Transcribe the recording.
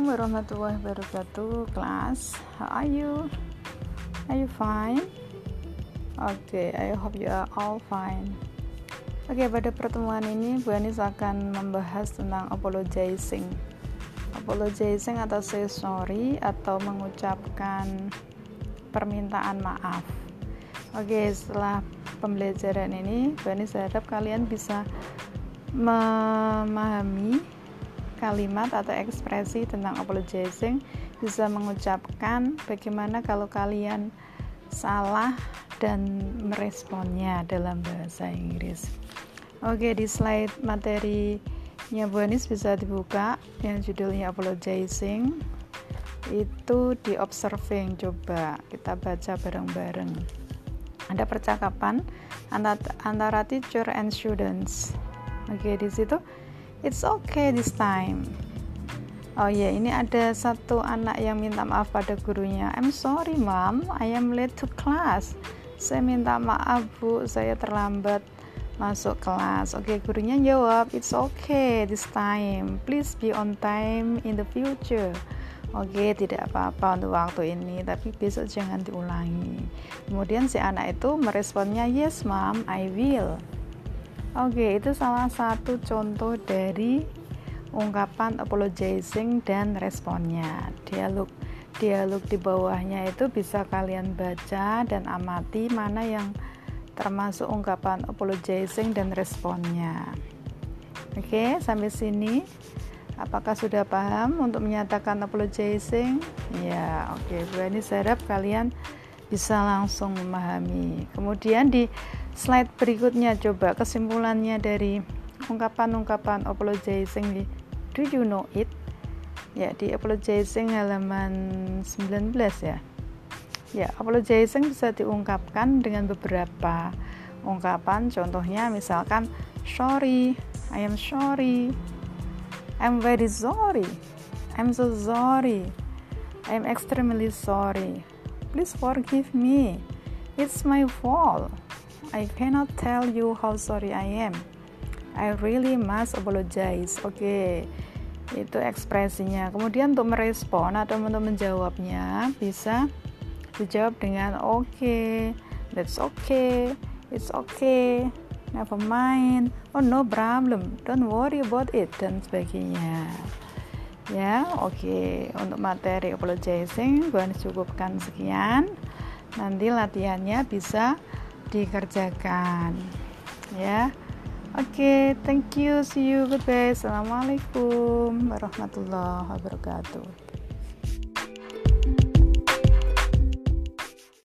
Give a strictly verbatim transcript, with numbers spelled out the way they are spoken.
Assalamualaikum warahmatullahi wabarakatuh. Class, how are you? Are you fine? Okay, I hope you are all fine. Oke, okay, pada pertemuan ini Bu Anis akan membahas tentang apologizing. Apologizing atau say sorry atau mengucapkan permintaan maaf. Oke, okay, setelah pembelajaran ini Bu Anis harap kalian bisa memahami kalimat atau ekspresi tentang apologizing, bisa mengucapkan bagaimana kalau kalian salah dan meresponnya dalam bahasa Inggris. Oke, di slide materinya Bu Anis bisa dibuka yang judulnya apologizing. Itu di observing, coba kita baca bareng-bareng. Ada percakapan antara, antara teacher and students. Oke, di situ it's okay this time. Oh ya, yeah, ini ada satu anak yang minta maaf pada gurunya. I'm sorry mom, I am late to class. Saya minta maaf bu, saya terlambat masuk kelas. Oke, okay, gurunya jawab, it's okay this time. Please be on time in the future. Oke, okay, tidak apa-apa untuk waktu ini, tapi besok jangan diulangi. Kemudian si anak itu meresponnya, yes mom, I will. Oke, itu salah satu contoh dari ungkapan apologizing dan responnya. Dialog dialog di bawahnya itu bisa kalian baca dan amati mana yang termasuk ungkapan apologizing dan responnya. Oke, sampai sini apakah sudah paham untuk menyatakan apologizing? Ya, oke. Bu Anis harap kalian bisa langsung memahami. Kemudian di slide berikutnya coba kesimpulannya dari ungkapan-ungkapan apologizing di do you know it? Ya, di apologizing halaman sembilan belas ya. Ya, apologizing bisa diungkapkan dengan beberapa ungkapan. Contohnya misalkan sorry, I am sorry. I'm very sorry. I'm so sorry. I'm extremely sorry. Please forgive me. It's my fault. I cannot tell you how sorry I am. I really must apologize. Oke, okay. Itu ekspresinya. Kemudian untuk merespon atau untuk menjawabnya bisa dijawab dengan oke, okay, that's okay, it's okay, never mind, oh no problem, don't worry about it, dan sebagainya. Ya, oke. Okay. Untuk materi apologizing, gue cukupkan sekian. Nanti latihannya bisa dikerjakan. Ya, oke. Okay, thank you, see you, goodbye. Assalamualaikum warahmatullahi wabarakatuh.